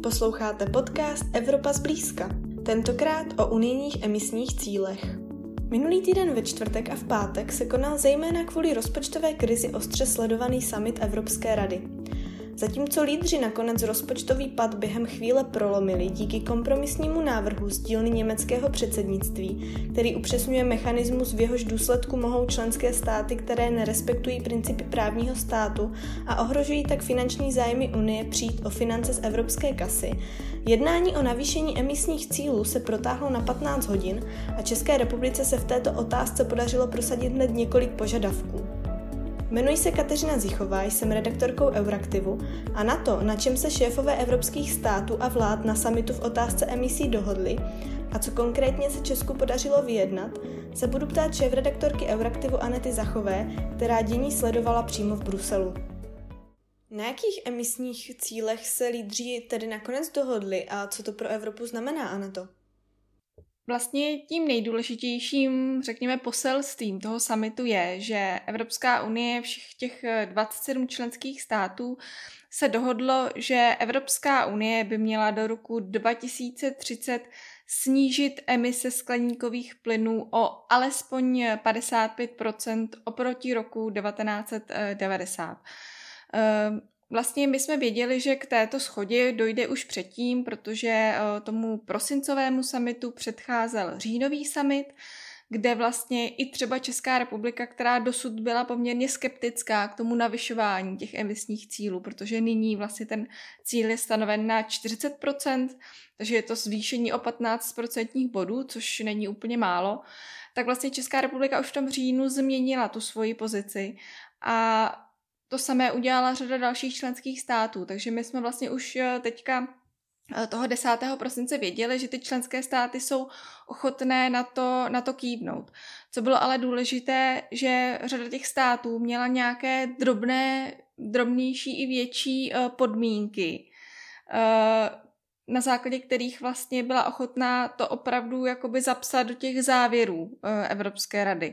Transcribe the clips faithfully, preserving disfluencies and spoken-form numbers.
Posloucháte podcast Evropa zblízka, tentokrát o unijních emisních cílech. Minulý týden ve čtvrtek a v pátek se konal zejména kvůli rozpočtové krizi ostře sledovaný summit Evropské rady. Zatímco lídři nakonec rozpočtový pad během chvíle prolomili díky kompromisnímu návrhu z dílny německého předsednictví, který upřesňuje mechanismus, v jehož důsledku mohou členské státy, které nerespektují principy právního státu a ohrožují tak finanční zájmy Unie, přijít o finance z evropské kasy, jednání o navýšení emisních cílů se protáhlo na patnáct hodin a České republice se v této otázce podařilo prosadit hned několik požadavků. Jmenuji se Kateřina Zichová, jsem redaktorkou Euraktivu a na to, na čem se šéfové evropských států a vlád na summitu v otázce emisí dohodli a co konkrétně se Česku podařilo vyjednat, se budu ptát šéfredaktorky Euraktivu Anety Zachové, která dění sledovala přímo v Bruselu. Na jakých emisních cílech se lídři tedy nakonec dohodli a co to pro Evropu znamená, Aneto? Vlastně tím nejdůležitějším, řekněme, poselstvím toho summitu je, že Evropská unie, všech těch dvacet sedm členských států se dohodlo, že Evropská unie by měla do roku dva tisíce třicet snížit emise skleníkových plynů o alespoň padesát pět procent oproti roku devatenáct set devadesát. Vlastně my jsme věděli, že k této shodě dojde už předtím, protože tomu prosincovému summitu předcházel říjnový summit, kde vlastně i třeba Česká republika, která dosud byla poměrně skeptická k tomu navyšování těch emisních cílů, protože nyní vlastně ten cíl je stanoven na čtyřicet procent, takže je to zvýšení o patnáct procentních bodů, což není úplně málo, tak vlastně Česká republika už v tom říjnu změnila tu svoji pozici a to samé udělala řada dalších členských států, takže my jsme vlastně už teďka toho desátého prosince věděli, že ty členské státy jsou ochotné na to, na to kývnout. Co bylo ale důležité, že řada těch států měla nějaké drobné, drobnější i větší podmínky, na základě kterých vlastně byla ochotná to opravdu jakoby zapsat do těch závěrů Evropské rady.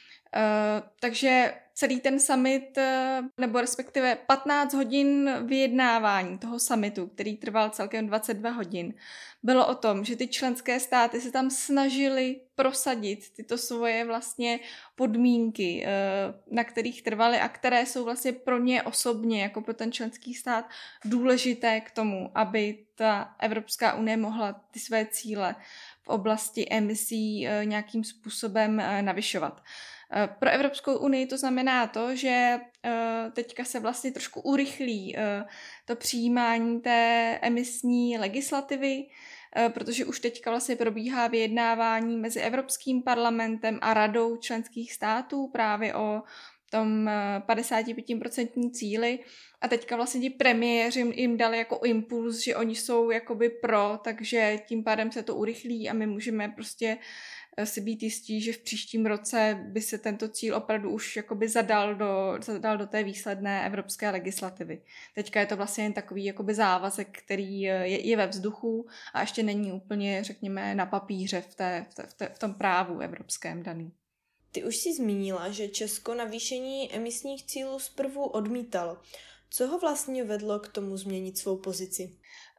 Uh, takže celý ten summit, uh, nebo respektive patnáct hodin vyjednávání toho summitu, který trval celkem dvacet dva hodin, bylo o tom, že ty členské státy se tam snažily prosadit tyto svoje vlastně podmínky, uh, na kterých trvaly a které jsou vlastně pro ně osobně, jako pro ten členský stát, důležité k tomu, aby ta Evropská unie mohla ty své cíle v oblasti emisí uh, nějakým způsobem uh, navyšovat. Pro Evropskou unii to znamená to, že teďka se vlastně trošku urychlí to přijímání té emisní legislativy, protože už teďka vlastně probíhá vyjednávání mezi Evropským parlamentem a radou členských států právě o tom padesát pět procent cíli a teďka vlastně ti premiéři jim dali jako impuls, že oni jsou jakoby pro, takže tím pádem se to urychlí a my můžeme prostě si být jistí, že v příštím roce by se tento cíl opravdu už jakoby zadal do, zadal do té výsledné evropské legislativy. Teďka je to vlastně jen takový jakoby závazek, který je, je ve vzduchu a ještě není úplně, řekněme, na papíře v, té, v, té, v, té, v tom právu evropském daný. Ty už jsi zmínila, že Česko navýšení emisních cílů zprvu odmítalo. Co ho vlastně vedlo k tomu změnit svou pozici?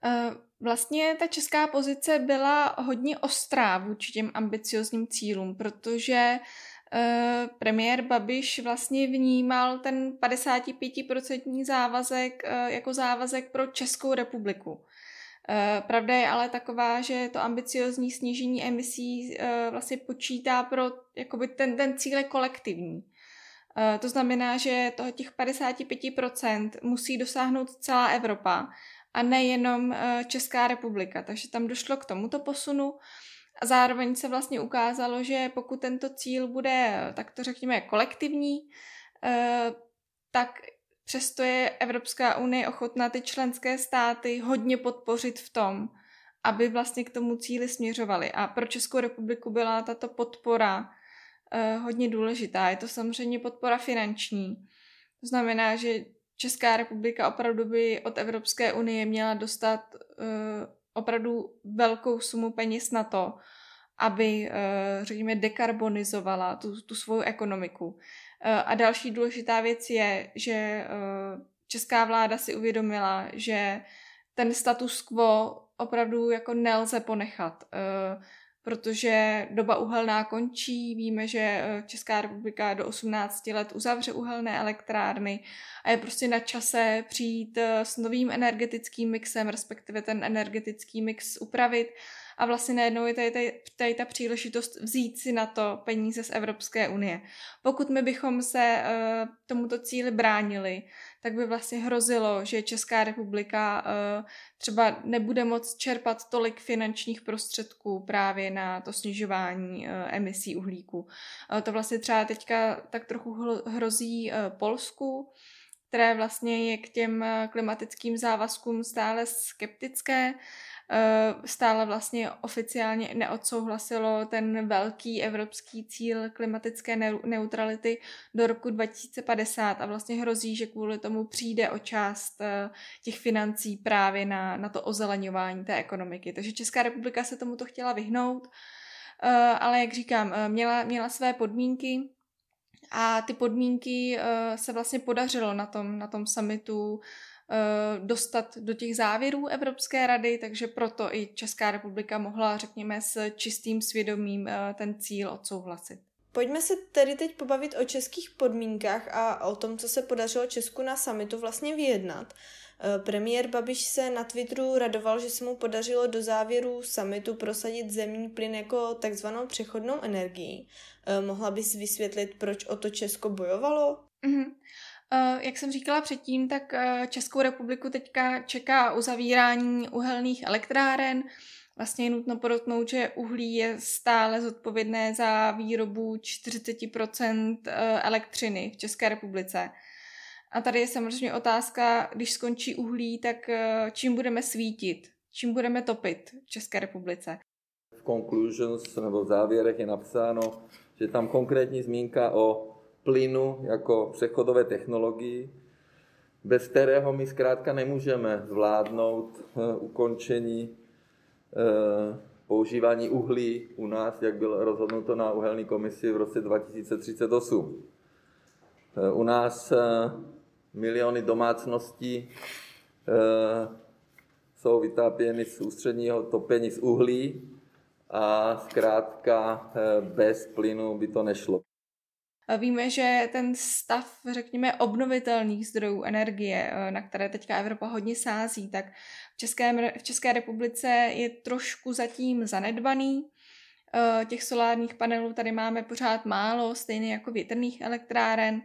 Vlastně ta česká pozice byla hodně ostrá vůči těm ambiciozním cílům, protože premiér Babiš vlastně vnímal ten padesát pět procent závazek jako závazek pro Českou republiku. Pravda je ale taková, že to ambiciozní snížení emisí vlastně počítá pro jakoby ten, ten cíl je kolektivní. To znamená, že toho těch padesát pět procent musí dosáhnout celá Evropa a nejenom Česká republika. Takže tam došlo k tomuto posunu a zároveň se vlastně ukázalo, že pokud tento cíl bude, tak to řekněme, kolektivní, tak přesto je Evropská unie ochotná ty členské státy hodně podpořit v tom, aby vlastně k tomu cíli směřovaly. A pro Českou republiku byla tato podpora hodně důležitá. Je to samozřejmě podpora finanční. To znamená, že Česká republika opravdu by od Evropské unie měla dostat uh, opravdu velkou sumu peněz na to, aby, uh, řekněme, dekarbonizovala tu, tu svou ekonomiku. Uh, a další důležitá věc je, že uh, česká vláda si uvědomila, že ten status quo opravdu jako nelze ponechat, protože doba uhelná končí, víme, že Česká republika do osmnácti let uzavře uhelné elektrárny a je prostě na čase přijít s novým energetickým mixem, respektive ten energetický mix upravit a vlastně najednou je tady, tady, tady ta příležitost vzít si na to peníze z Evropské unie. Pokud my bychom se uh, tomuto cíli bránili, tak by vlastně hrozilo, že Česká republika uh, třeba nebude moct čerpat tolik finančních prostředků právě na to snižování uh, emisí uhlíku. Uh, to vlastně třeba teďka tak trochu hrozí uh, Polsku, které vlastně je k těm klimatickým závazkům stále skeptické. Stále vlastně oficiálně neodsouhlasilo ten velký evropský cíl klimatické neutrality do roku dva tisíce padesát a vlastně hrozí, že kvůli tomu přijde o část těch financí právě na, na to ozeleňování té ekonomiky. Takže Česká republika se tomuto chtěla vyhnout, ale jak říkám, měla, měla své podmínky a ty podmínky se vlastně podařilo na tom, na tom summitu dostat do těch závěrů Evropské rady, takže proto i Česká republika mohla, řekněme, s čistým svědomím ten cíl odsouhlasit. Pojďme se tedy teď pobavit o českých podmínkách a o tom, co se podařilo Česku na summitu vlastně vyjednat. Premiér Babiš se na Twitteru radoval, že se mu podařilo do závěru summitu prosadit zemní plyn jako takzvanou přechodnou energii. Mohla bys vysvětlit, proč o to Česko bojovalo? Mm-hmm. Uh, jak jsem říkala předtím, tak uh, Českou republiku teďka čeká uzavírání uhelných elektráren. Vlastně je nutno podotknout, že uhlí je stále zodpovědné za výrobu čtyřicet procent elektřiny v České republice. A tady je samozřejmě otázka, když skončí uhlí, tak uh, čím budeme svítit, čím budeme topit v České republice. V conclusions nebo v závěrech je napsáno, že tam konkrétní zmínka o plynu jako přechodové technologii, bez kterého my zkrátka nemůžeme zvládnout uh, ukončení uh, používání uhlí u nás, jak bylo rozhodnuto na uhelné komisi v roce dva tisíce třicet osm. Uh, u nás uh, miliony domácností uh, jsou vytápěny z ústředního topení z uhlí a zkrátka uh, bez plynu by to nešlo. Víme, že ten stav, řekněme, obnovitelných zdrojů energie, na které teďka Evropa hodně sází, tak v České, v České republice je trošku zatím zanedbaný. Těch solárních panelů tady máme pořád málo, stejně jako větrných elektráren.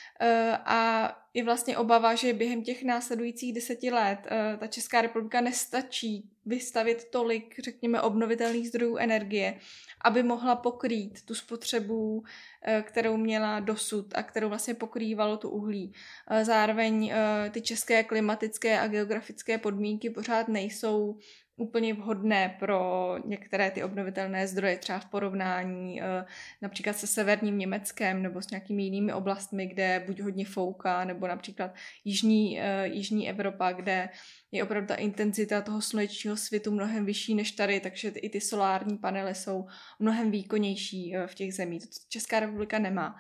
A je vlastně obava, že během těch následujících deseti let ta Česká republika nestačí vystavit tolik, řekněme, obnovitelných zdrojů energie, aby mohla pokrýt tu spotřebu, kterou měla dosud a kterou vlastně pokrývalo tu uhlí. Zároveň ty české klimatické a geografické podmínky pořád nejsou úplně vhodné pro některé ty obnovitelné zdroje, třeba v porovnání například se severním Německem nebo s nějakými jinými oblastmi, kde buď hodně fouká, nebo například jižní, jižní Evropa, kde je opravdu ta intenzita toho slunečního svitu mnohem vyšší než tady, takže i ty solární panely jsou mnohem výkonnější v těch zemích. To Česká republika nemá.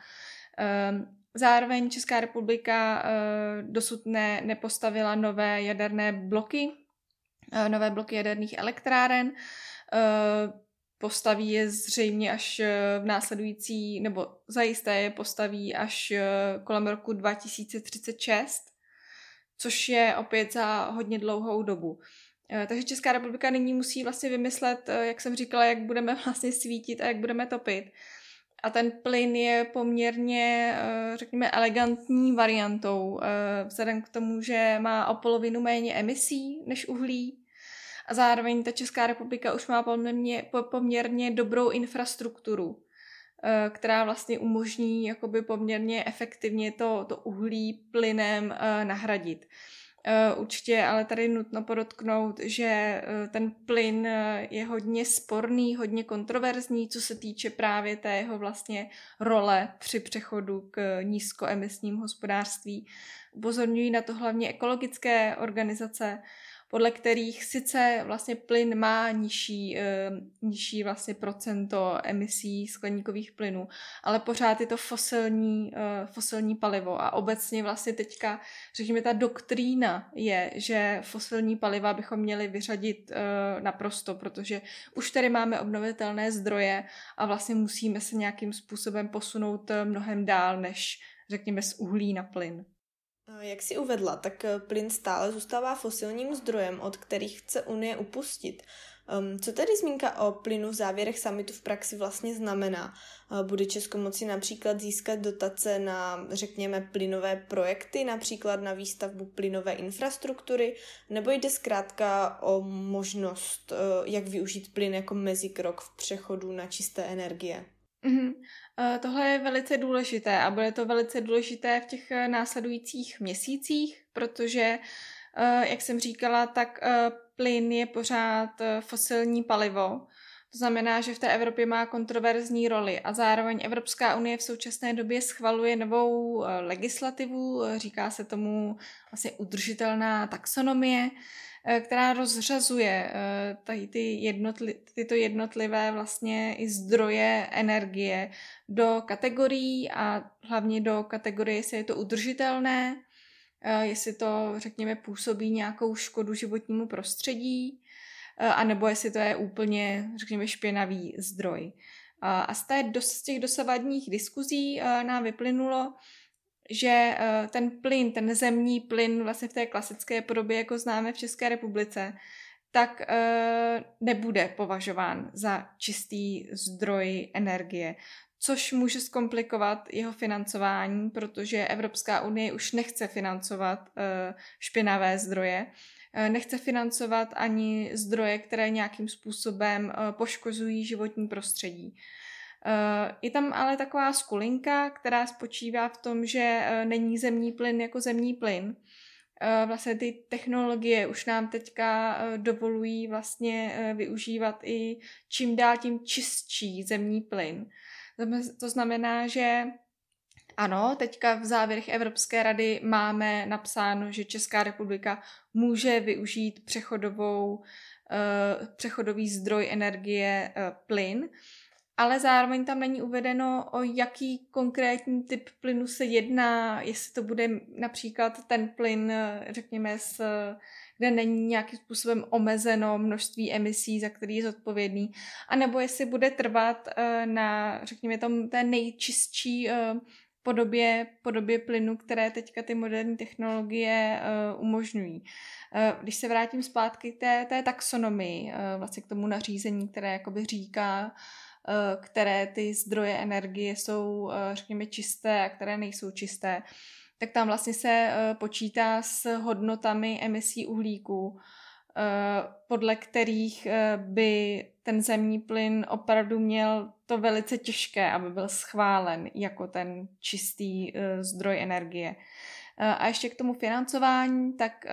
Zároveň Česká republika dosud ne, nepostavila nové jaderné bloky, nové bloky jaderných elektráren. Postaví je zřejmě až v následující, nebo zajisté je postaví až kolem roku dva tisíce třicet šest, což je opět za hodně dlouhou dobu. Takže Česká republika nyní musí vlastně vymyslet, jak jsem říkala, jak budeme vlastně svítit a jak budeme topit. A ten plyn je poměrně, řekněme, elegantní variantou, vzhledem k tomu, že má o polovinu méně emisí než uhlí. A zároveň ta Česká republika už má poměrně, poměrně dobrou infrastrukturu, která vlastně umožní jakoby poměrně efektivně to, to uhlí plynem nahradit. Určitě, ale tady nutno podotknout, že ten plyn je hodně sporný, hodně kontroverzní, co se týče právě té jeho vlastně role při přechodu k nízkoemisním hospodářství. Upozorňují na to hlavně ekologické organizace, podle kterých sice vlastně plyn má nižší, nižší vlastně procento emisí skleníkových plynů, ale pořád je to fosilní, fosilní palivo a obecně vlastně teďka, řekněme, ta doktrína je, že fosilní paliva bychom měli vyřadit naprosto, protože už tady máme obnovitelné zdroje a vlastně musíme se nějakým způsobem posunout mnohem dál, než řekněme z uhlí na plyn. Jak jsi uvedla, tak plyn stále zůstává fosilním zdrojem, od kterých chce Unie upustit. Co tedy zmínka o plynu v závěrech summitu v praxi vlastně znamená? Bude Česko moci například získat dotace na, řekněme, plynové projekty, například na výstavbu plynové infrastruktury, nebo jde zkrátka o možnost, jak využít plyn jako mezikrok v přechodu na čisté energie? Mm-hmm. Tohle je velice důležité a bude to velice důležité v těch následujících měsících, protože, jak jsem říkala, tak plyn je pořád fosilní palivo. To znamená, že v té Evropě má kontroverzní roli a zároveň Evropská unie v současné době schvaluje novou legislativu, říká se tomu vlastně udržitelná taxonomie, která rozřazuje tady ty jednotli, tyto jednotlivé vlastně i zdroje energie do kategorií a hlavně do kategorie, jestli je to udržitelné, jestli to, řekněme, působí nějakou škodu životnímu prostředí, anebo jestli to je úplně, řekněme, špinavý zdroj. A z, té, z těch dosavadních diskuzí nám vyplynulo, že ten plyn, ten zemní plyn vlastně v té klasické podobě, jako známe v České republice, tak nebude považován za čistý zdroj energie, což může zkomplikovat jeho financování, protože Evropská unie už nechce financovat špinavé zdroje, nechce financovat ani zdroje, které nějakým způsobem poškozují životní prostředí. Je tam ale taková skulinka, která spočívá v tom, že není zemní plyn jako zemní plyn. Vlastně ty technologie už nám teďka dovolují vlastně využívat i čím dál tím čistší zemní plyn. To znamená, že ano, teďka v závěrech Evropské rady máme napsáno, že Česká republika může využít přechodovou, přechodový zdroj energie plyn, ale zároveň tam není uvedeno, o jaký konkrétní typ plynu se jedná, jestli to bude například ten plyn, řekněme, s, kde není nějakým způsobem omezeno množství emisí, za který je zodpovědný, anebo jestli bude trvat na, řekněme, tom, té nejčistší podobě, podobě plynu, které teďka ty moderní technologie umožňují. Když se vrátím zpátky k té, té taxonomii, vlastně k tomu nařízení, které jakoby říká, které ty zdroje energie jsou, řekněme, čisté a které nejsou čisté, tak tam vlastně se počítá s hodnotami emisí uhlíku, podle kterých by ten zemní plyn opravdu měl to velice těžké, aby byl schválen jako ten čistý zdroj energie. A ještě k tomu financování, tak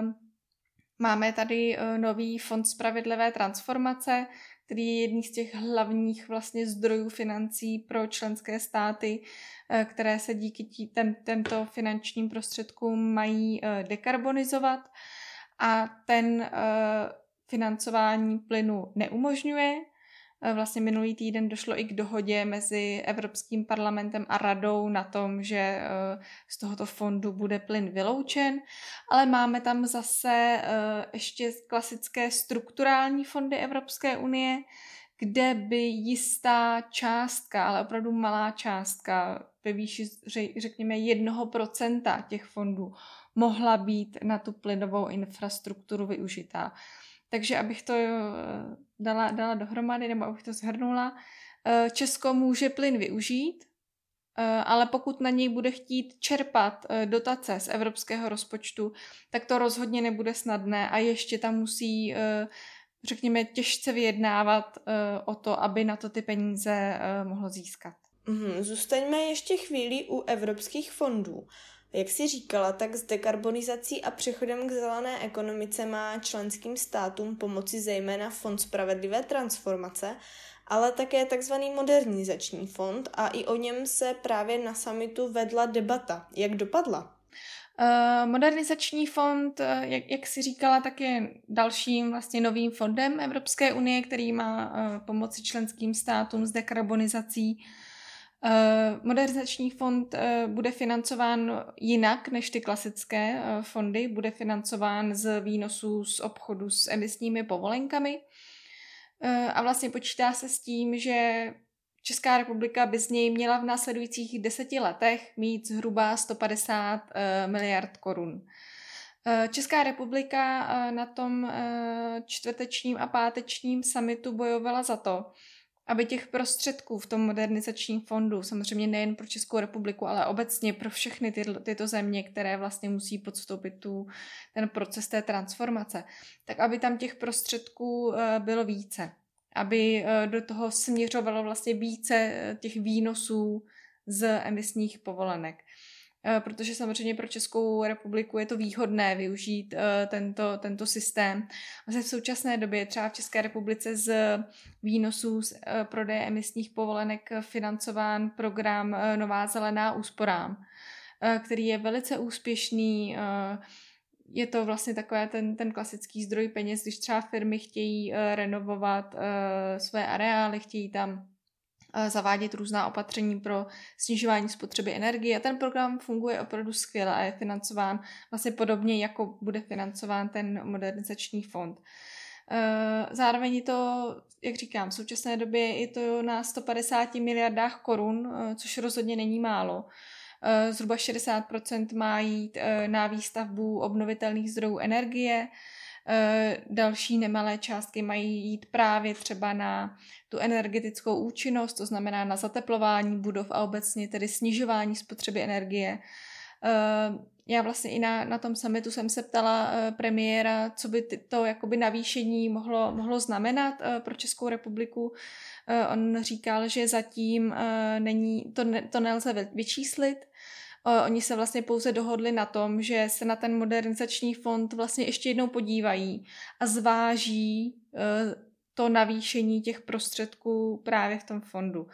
máme tady nový fond spravedlivé transformace, který je jedním z těch hlavních vlastně zdrojů financí pro členské státy, které se díky tí, ten, těmto finančním prostředkům mají dekarbonizovat. A ten financování plynu neumožňuje. Vlastně minulý týden došlo i k dohodě mezi Evropským parlamentem a radou na tom, že z tohoto fondu bude plyn vyloučen, ale máme tam zase ještě klasické strukturální fondy Evropské unie, kde by jistá částka, ale opravdu malá částka, ve výši řekněme jednoho procenta těch fondů, mohla být na tu plynovou infrastrukturu využitá. Takže abych to dala, dala dohromady, nebo abych to shrnula, Česko může plyn využít, ale pokud na něj bude chtít čerpat dotace z evropského rozpočtu, tak to rozhodně nebude snadné a ještě tam musí, řekněme, těžce vyjednávat o to, aby na to ty peníze mohlo získat. Mm, zůstaňme ještě chvíli u evropských fondů. Jak jsi říkala, tak s dekarbonizací a přechodem k zelené ekonomice má členským státům pomoci zejména Fond spravedlivé transformace, ale také takzvaný modernizační fond a i o něm se právě na summitu vedla debata. Jak dopadla? Modernizační fond, jak, jak si říkala, tak je dalším vlastně novým fondem Evropské unie, který má pomoci členským státům s dekarbonizací. Modernizační fond bude financován jinak než ty klasické fondy, bude financován z výnosů z obchodu s emisními povolenkami a vlastně počítá se s tím, že Česká republika by z něj měla v následujících deseti letech mít zhruba sto padesát miliard korun. Česká republika na tom čtvrtečním a pátečním summitu bojovala za to, aby těch prostředků v tom modernizačním fondu, samozřejmě nejen pro Českou republiku, ale obecně pro všechny ty, tyto země, které vlastně musí podstoupit tu, ten proces té transformace, tak aby tam těch prostředků bylo více. Aby do toho směřovalo vlastně více těch výnosů z emisních povolenek. Protože samozřejmě pro Českou republiku je to výhodné využít tento, tento systém. Vlastně v současné době třeba v České republice z výnosů z prodeje emisních povolenek financován program Nová zelená úsporám, který je velice úspěšný. Je to vlastně takové ten, ten klasický zdroj peněz, když třeba firmy chtějí uh, renovovat uh, své areály, chtějí tam uh, zavádět různá opatření pro snižování spotřeby energie a ten program funguje opravdu skvěle a je financován vlastně podobně, jako bude financován ten modernizační fond. Uh, zároveň je to, jak říkám, v současné době je to na sto padesát miliardách korun, uh, což rozhodně není málo. Zhruba šedesát procent má jít na výstavbu obnovitelných zdrojů energie, další nemalé částky mají jít právě třeba na tu energetickou účinnost, to znamená na zateplování budov a obecně tedy snižování spotřeby energie. Já vlastně i na, na tom summitu jsem se ptala premiéra, co by to jakoby navýšení mohlo, mohlo znamenat pro Českou republiku. On říkal, že zatím není, to, ne, to nelze vyčíslit. Oni se vlastně pouze dohodli na tom, že se na ten modernizační fond vlastně ještě jednou podívají a zváží to navýšení těch prostředků právě v tom fondu.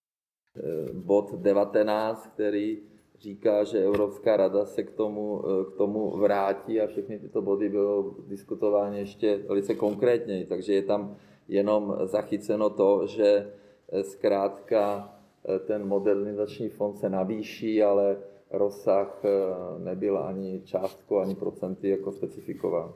Bod devatenáct, který říká, že Evropská rada se k tomu, k tomu vrátí a všechny tyto body bylo diskutovány ještě velice konkrétněji, takže je tam jenom zachyceno to, že zkrátka ten modernizační fond se navýší, ale rozsah nebyl ani částkou, ani procenty jako specifikován.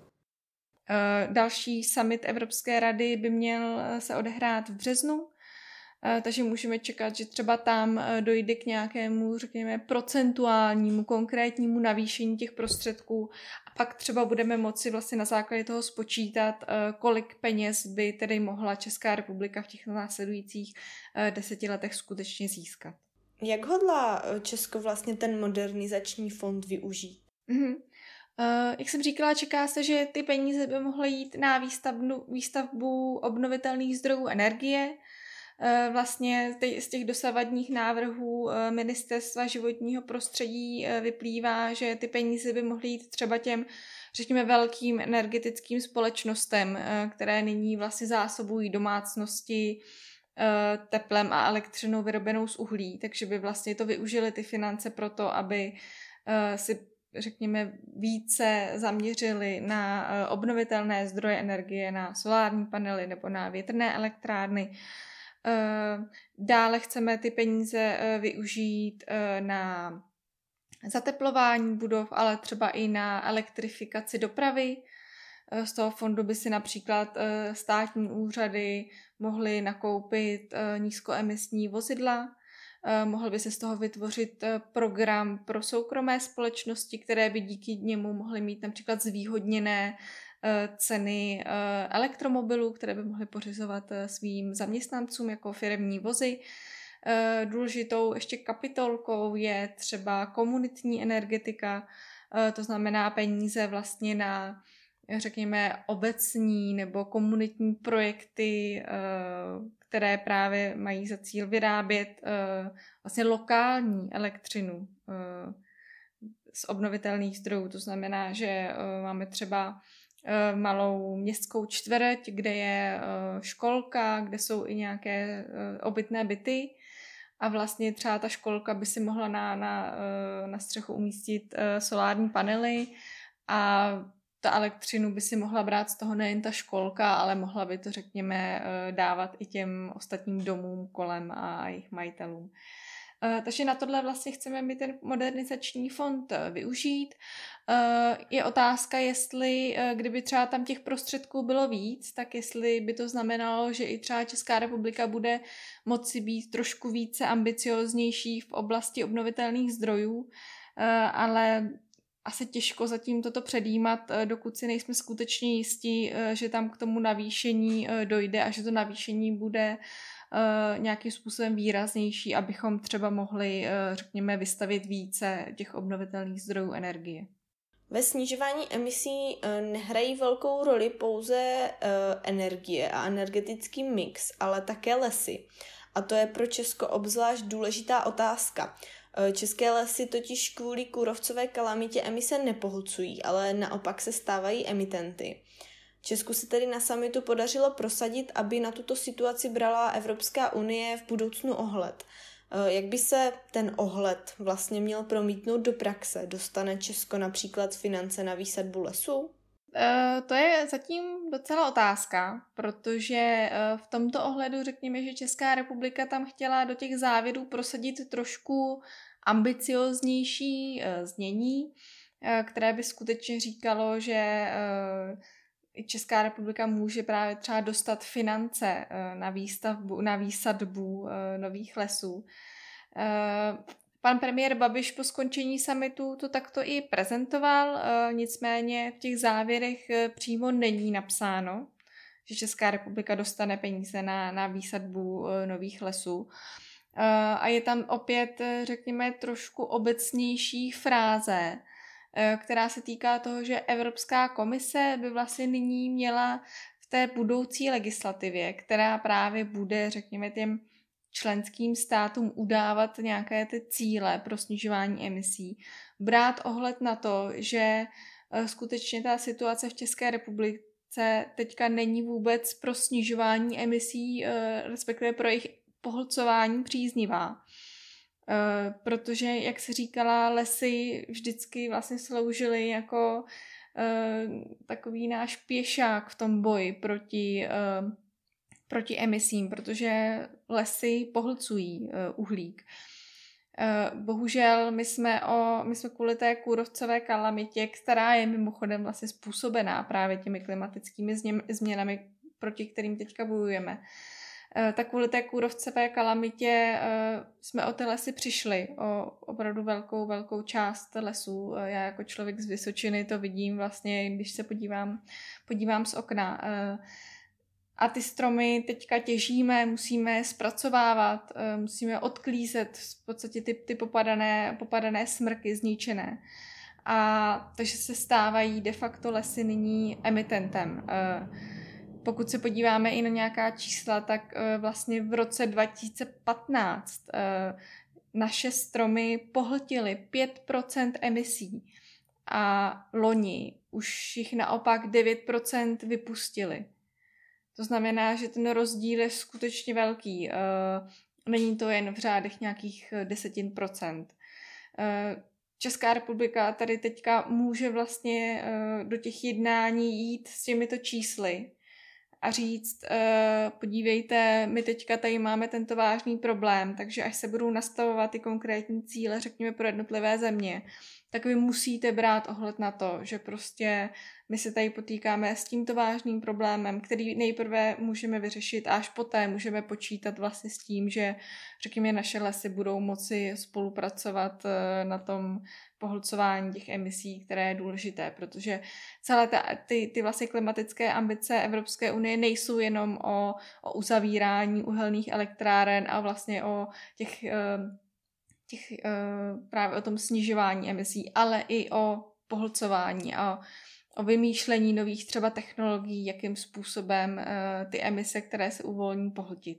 Další summit Evropské rady by měl se odehrát v březnu, takže můžeme čekat, že třeba tam dojde k nějakému, řekněme, procentuálnímu, konkrétnímu navýšení těch prostředků a pak třeba budeme moci vlastně na základě toho spočítat, kolik peněz by tedy mohla Česká republika v těch následujících deseti letech skutečně získat. Jak hodlá Česko vlastně ten modernizační fond využít? Mm-hmm. Uh, jak jsem říkala, čeká se, že ty peníze by mohly jít na výstavbu, výstavbu obnovitelných zdrojů energie. Uh, vlastně z těch dosavadních návrhů uh, Ministerstva životního prostředí uh, vyplývá, že ty peníze by mohly jít třeba těm, řekněme, velkým energetickým společnostem, uh, které nyní vlastně zásobují domácnosti uh, teplem a elektřinou vyrobenou z uhlí, takže by vlastně to využili ty finance pro to, aby uh, si řekněme, více zaměřili na obnovitelné zdroje energie, na solární panely nebo na větrné elektrárny. Dále chceme ty peníze využít na zateplování budov, ale třeba i na elektrifikaci dopravy. Z toho fondu by si například státní úřady mohly nakoupit nízkoemisní vozidla. Mohl by se z toho vytvořit program pro soukromé společnosti, které by díky němu mohly mít například zvýhodněné ceny elektromobilů, které by mohly pořizovat svým zaměstnancům jako firemní vozy. Důležitou ještě kapitolkou je třeba komunitní energetika, to znamená peníze vlastně na, řekněme, obecní nebo komunitní projekty, které právě mají za cíl vyrábět vlastně lokální elektřinu z obnovitelných zdrojů. To znamená, že máme třeba malou městskou čtvrť, kde je školka, kde jsou i nějaké obytné byty a vlastně třeba ta školka by si mohla na, na, na střechu umístit solární panely a ta elektřinu by si mohla brát z toho nejen ta školka, ale mohla by to, řekněme, dávat i těm ostatním domům kolem a jejich majitelům. Takže na tohle vlastně chceme my ten modernizační fond využít. Je otázka, jestli, kdyby třeba tam těch prostředků bylo víc, tak jestli by to znamenalo, že i třeba Česká republika bude moci být trošku více ambicioznější v oblasti obnovitelných zdrojů, ale asi těžko zatím toto předjímat, dokud si nejsme skutečně jistí, že tam k tomu navýšení dojde a že to navýšení bude nějakým způsobem výraznější, abychom třeba mohli, řekněme, vystavit více těch obnovitelných zdrojů energie. Ve snižování emisí nehrají velkou roli pouze energie a energetický mix, ale také lesy. A to je pro Česko obzvlášť důležitá otázka. České lesy totiž kvůli kůrovcové kalamitě emise nepohlcují, ale naopak se stávají emitenty. Česku se tedy na summitu podařilo prosadit, aby na tuto situaci brala Evropská unie v budoucnu ohled. Jak by se ten ohled vlastně měl promítnout do praxe? Dostane Česko například finance na výsadbu lesů? To je zatím docela otázka, protože v tomto ohledu řekněme, že Česká republika tam chtěla do těch závěrů prosadit trošku ambicioznější znění, které by skutečně říkalo, že Česká republika může právě třeba dostat finance na výstavbu, na výsadbu nových lesů. Pan premiér Babiš po skončení summitu to takto i prezentoval, nicméně v těch závěrech přímo není napsáno, že Česká republika dostane peníze na, na výsadbu nových lesů. A je tam opět, řekněme, trošku obecnější fráze, která se týká toho, že Evropská komise by vlastně nyní měla v té budoucí legislativě, která právě bude, řekněme, těm členským státům udávat nějaké ty cíle pro snižování emisí, brát ohled na to, že skutečně ta situace v České republice teďka není vůbec pro snižování emisí, respektive pro jejich pohlcování příznivá. Uh, protože, jak se říkala, lesy vždycky vlastně sloužily jako uh, takový náš pěšák v tom boji proti, uh, proti emisím, protože lesy pohlcují uh, uhlík. Uh, bohužel my jsme, o, my jsme kvůli té kůrovcové kalamitě, která je mimochodem vlastně způsobená právě těmi klimatickými změnami, proti kterým teďka bojujeme, tak kvůli té kůrovcové kalamitě jsme o ty lesy přišli, o opravdu velkou, velkou část lesů. Já jako člověk z Vysočiny to vidím vlastně, když se podívám, podívám z okna. A ty stromy teďka těžíme, musíme je zpracovávat, musíme odklízet v podstatě ty, ty popadané, popadané smrky zničené. A takže se stávají de facto lesy nyní emitentem. Pokud se podíváme i na nějaká čísla, tak vlastně v roce dva tisíce patnáct naše stromy pohltily pět procent emisí a loni už jich naopak devět procent vypustili. To znamená, že ten rozdíl je skutečně velký. Není to jen v řádech nějakých desetin procent. Česká republika tady teďka může vlastně do těch jednání jít s těmito čísly a říct, podívejte, my teďka tady máme tento vážný problém, takže až se budou nastavovat ty konkrétní cíle, řekněme, pro jednotlivé země, tak vy musíte brát ohled na to, že prostě my se tady potýkáme s tímto vážným problémem, který nejprve můžeme vyřešit a až poté můžeme počítat vlastně s tím, že, řekněme, naše lesy budou moci spolupracovat na tom pohlcování těch emisí, které je důležité, protože celé ta, ty, ty vlastně klimatické ambice Evropské unie nejsou jenom o, o uzavírání uhelných elektráren a vlastně o těch, těch právě o tom snižování emisí, ale i o pohlcování a o vymýšlení nových třeba technologií, jakým způsobem ty emise, které se uvolní, pohltit.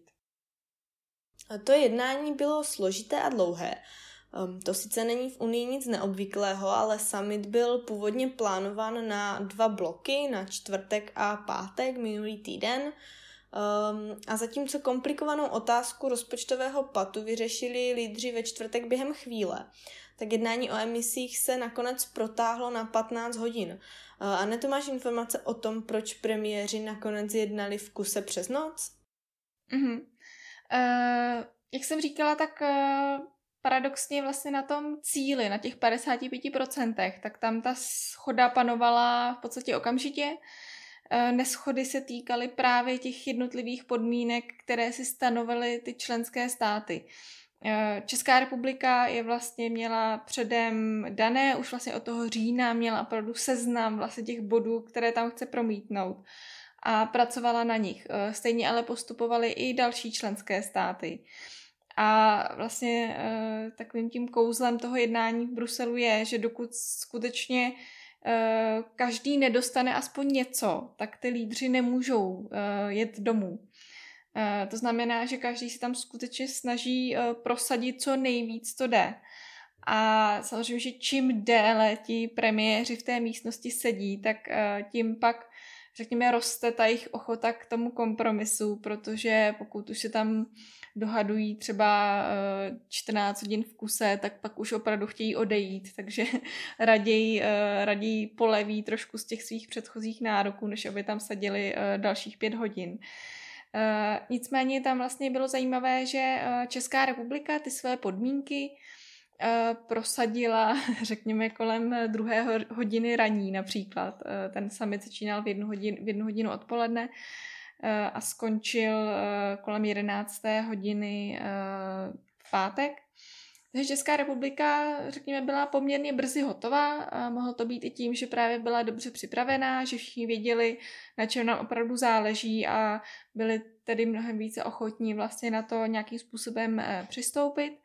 To jednání bylo složité a dlouhé. To sice není v Unii nic neobvyklého, ale summit byl původně plánován na dva bloky, na čtvrtek a pátek minulý týden. Um, a zatímco komplikovanou otázku rozpočtového patu vyřešili lídři ve čtvrtek během chvíle, tak jednání o emisích se nakonec protáhlo na patnáct hodin. Uh, a Aneto, máš informace o tom, proč premiéři nakonec jednali v kuse přes noc? Mm-hmm. Uh, jak jsem říkala, tak uh, paradoxně vlastně na tom cíli, na těch padesát pět procent, tak tam ta shoda panovala v podstatě okamžitě. Neshody se týkaly právě těch jednotlivých podmínek, které si stanovily ty členské státy. Česká republika je vlastně měla předem dané, už vlastně od toho října měla opravdu seznam vlastně těch bodů, které tam chce promítnout a pracovala na nich. Stejně ale postupovaly i další členské státy. A vlastně takovým tím kouzlem toho jednání v Bruselu je, že dokud skutečně každý nedostane aspoň něco, tak ty lídři nemůžou jet domů. To znamená, že každý si tam skutečně snaží prosadit co nejvíc, to jde. A samozřejmě, že čím déle ti premiéři v té místnosti sedí, tak tím pak, řekněme, roste ta jejich ochota k tomu kompromisu, protože pokud už se tam dohadují třeba čtrnáct hodin v kuse, tak pak už opravdu chtějí odejít, takže raději, raději poleví trošku z těch svých předchozích nároků, než aby tam seděli dalších pět hodin. Nicméně tam vlastně bylo zajímavé, že Česká republika ty své podmínky prosadila, řekněme, kolem druhé hodiny raní například. Ten summit začínal v jednu hodinu, v jednu hodinu odpoledne a skončil kolem jedenácté hodiny v pátek. Takže Česká republika, řekněme, byla poměrně brzy hotová. A mohlo to být i tím, že právě byla dobře připravená, že všichni věděli, na čem nám opravdu záleží a byli tedy mnohem více ochotní vlastně na to nějakým způsobem přistoupit.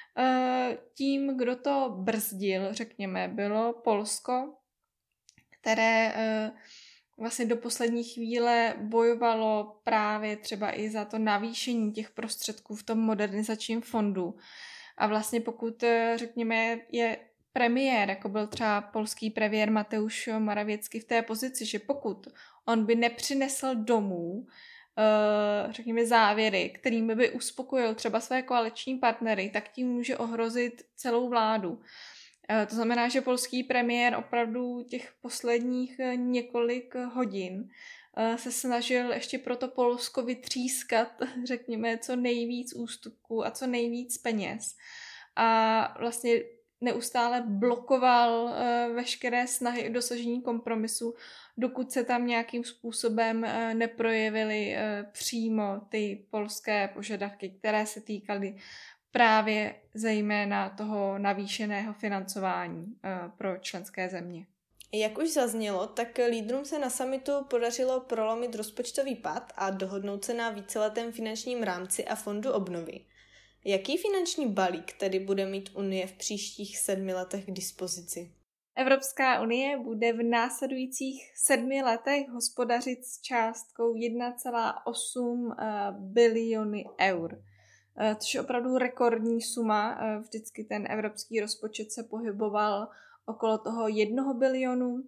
Tím, kdo to brzdil, řekněme, bylo Polsko, které vlastně do poslední chvíle bojovalo právě třeba i za to navýšení těch prostředků v tom modernizačním fondu. A vlastně pokud, řekněme, je premiér, jako byl třeba polský premiér Mateusz Morawiecki v té pozici, že pokud on by nepřinesl domů, řekněme, závěry, kterými by uspokojil třeba své koaliční partnery, tak tím může ohrozit celou vládu. To znamená, že polský premiér opravdu těch posledních několik hodin se snažil ještě pro to Polsko vytřískat, řekněme, co nejvíc ústupků a co nejvíc peněz. A vlastně neustále blokoval veškeré snahy o dosažení kompromisu, dokud se tam nějakým způsobem neprojevily přímo ty polské požadavky, které se týkaly právě zejména toho navýšeného financování pro členské země. Jak už zaznělo, tak lídrům se na summitu podařilo prolomit rozpočtový pad a dohodnout se na víceletém finančním rámci a fondu obnovy. Jaký finanční balík tedy bude mít Unie v příštích sedmi letech k dispozici? Evropská unie bude v následujících sedmi letech hospodařit s částkou jedna celá osm biliony eur. Což je opravdu rekordní suma. Vždycky ten evropský rozpočet se pohyboval okolo toho jednoho bilionu.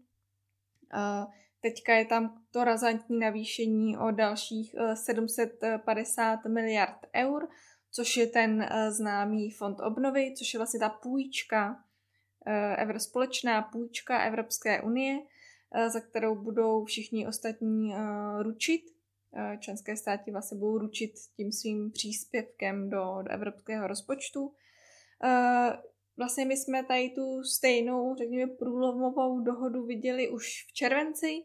Teďka je tam to razantní navýšení o dalších sedm set padesát miliard eur, což je ten známý fond obnovy, což je vlastně ta půjčka, společná půjčka Evropské unie, za kterou budou všichni ostatní ručit. Členské státy vlastně budou ručit tím svým příspěvkem do, do evropského rozpočtu. Vlastně my jsme tady tu stejnou, řekněme, průlomovou dohodu viděli už v červenci,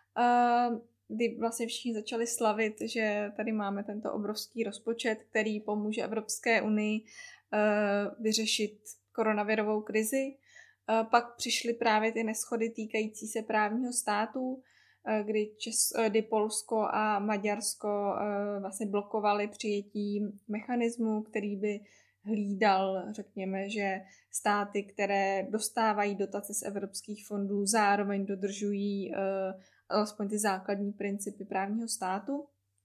kdy vlastně všichni začali slavit, že tady máme tento obrovský rozpočet, který pomůže Evropské unii vyřešit koronavirovou krizi. Pak přišly právě ty neshody týkající se právního státu, kdy, Čes, kdy Polsko a Maďarsko vlastně blokovali přijetí mechanismu, který by hlídal, řekněme, že státy, které dostávají dotace z evropských fondů, zároveň dodržují alespoň ty základní principy právního státu.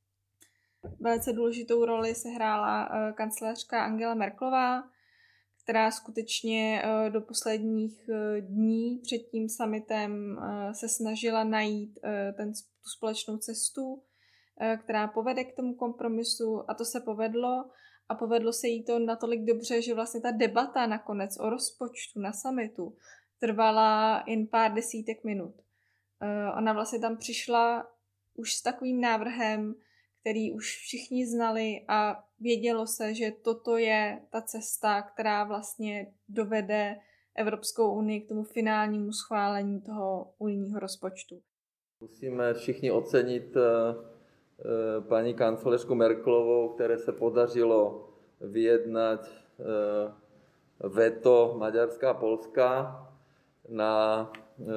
Velice důležitou roli sehrála kancléřka Angela Merkelová, která skutečně do posledních dní před tím summitem se snažila najít ten, tu společnou cestu, která povede k tomu kompromisu, a to se povedlo. A povedlo se jí to natolik dobře, že vlastně ta debata nakonec o rozpočtu na summitu trvala jen pár desítek minut. Ona vlastně tam přišla už s takovým návrhem, který už všichni znali a vědělo se, že toto je ta cesta, která vlastně dovede Evropskou unii k tomu finálnímu schválení toho unijního rozpočtu. Musíme všichni ocenit paní kancléřku Merkelovou, které se podařilo vyjednat veto Maďarska a Polska na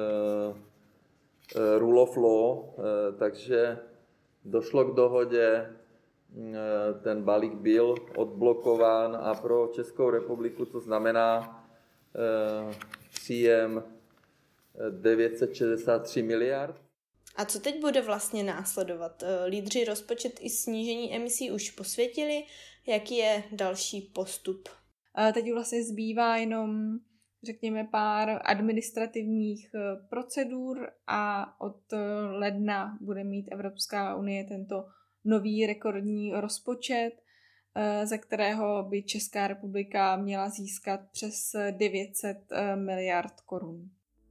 rule of law, takže došlo k dohodě, ten balík byl odblokován a pro Českou republiku to znamená příjem devět set šedesát tři miliard. A co teď bude vlastně následovat? Lídři rozpočet i snížení emisí už posvětili. Jaký je další postup? Teď vlastně zbývá jenom, řekněme, pár administrativních procedur a od ledna bude mít Evropská unie tento nový rekordní rozpočet, ze kterého by Česká republika měla získat přes devět set miliard korun.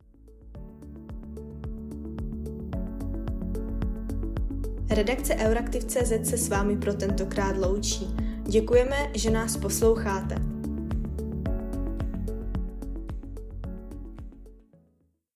Redakce Euraktiv tečka cé zet se s vámi pro tentokrát loučí. Děkujeme, že nás posloucháte.